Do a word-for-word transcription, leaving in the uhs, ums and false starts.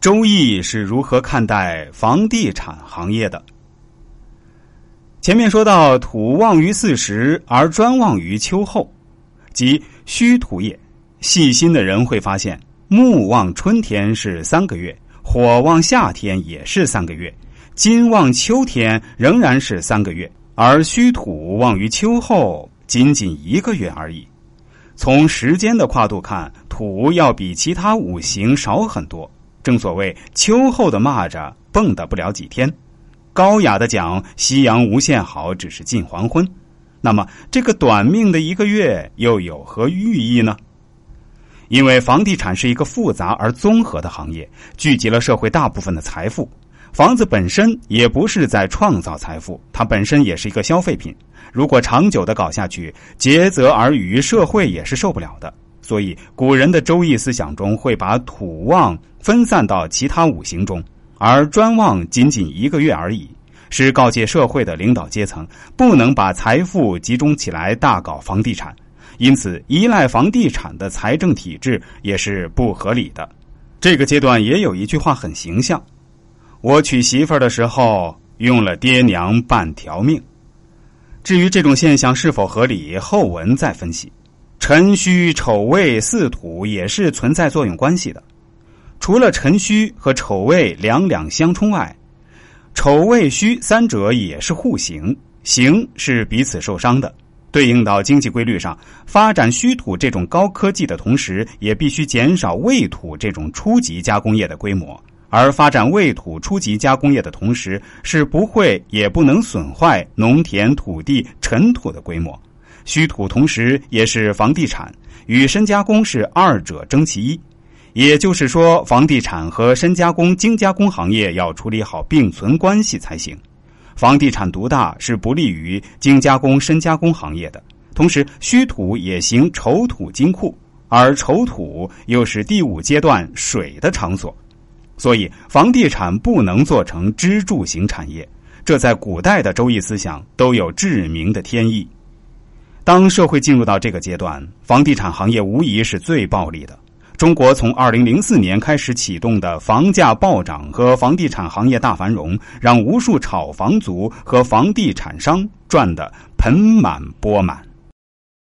周易是如何看待房地产行业的？前面说到土旺于四时，而专旺于秋后，即虚土也。细心的人会发现，木旺春天是三个月，火旺夏天也是三个月，金旺秋天仍然是三个月，而虚土旺于秋后仅仅一个月而已。从时间的跨度看，土要比其他五行少很多。正所谓秋后的蚂蚱蹦跶不了几天，高雅的讲夕阳无限好，只是近黄昏。那么这个短命的一个月又有何寓意呢？因为房地产是一个复杂而综合的行业，聚集了社会大部分的财富。房子本身也不是在创造财富，它本身也是一个消费品。如果长久的搞下去，竭泽而渔，社会也是受不了的。所以古人的周易思想中会把土旺分散到其他五行中，而专旺仅仅一个月而已，是告诫社会的领导阶层不能把财富集中起来大搞房地产。因此依赖房地产的财政体制也是不合理的。这个阶段也有一句话很形象，我娶媳妇儿的时候用了爹娘半条命。至于这种现象是否合理，后文再分析。辰戌丑未巳土也是存在作用关系的。除了辰戌和丑未两两相冲外，丑未戌三者也是互刑，刑是彼此受伤的。对应到经济规律上，发展虚土这种高科技的同时，也必须减少未土这种初级加工业的规模。而发展未土初级加工业的同时，是不会也不能损坏农田土地尘土的规模。虚土同时也是房地产，与深加工是二者争其一。也就是说，房地产和深加工、精加工行业要处理好并存关系才行。房地产独大是不利于精加工、深加工行业的。同时，虚土也行丑土金库，而丑土又是第五阶段水的场所。所以，房地产不能做成支柱型产业，这在古代的周易思想都有致明的天意。当社会进入到这个阶段，房地产行业无疑是最暴利的。中国从二零零四年开始启动的房价暴涨和房地产行业大繁荣，让无数炒房族和房地产商赚得盆满钵满。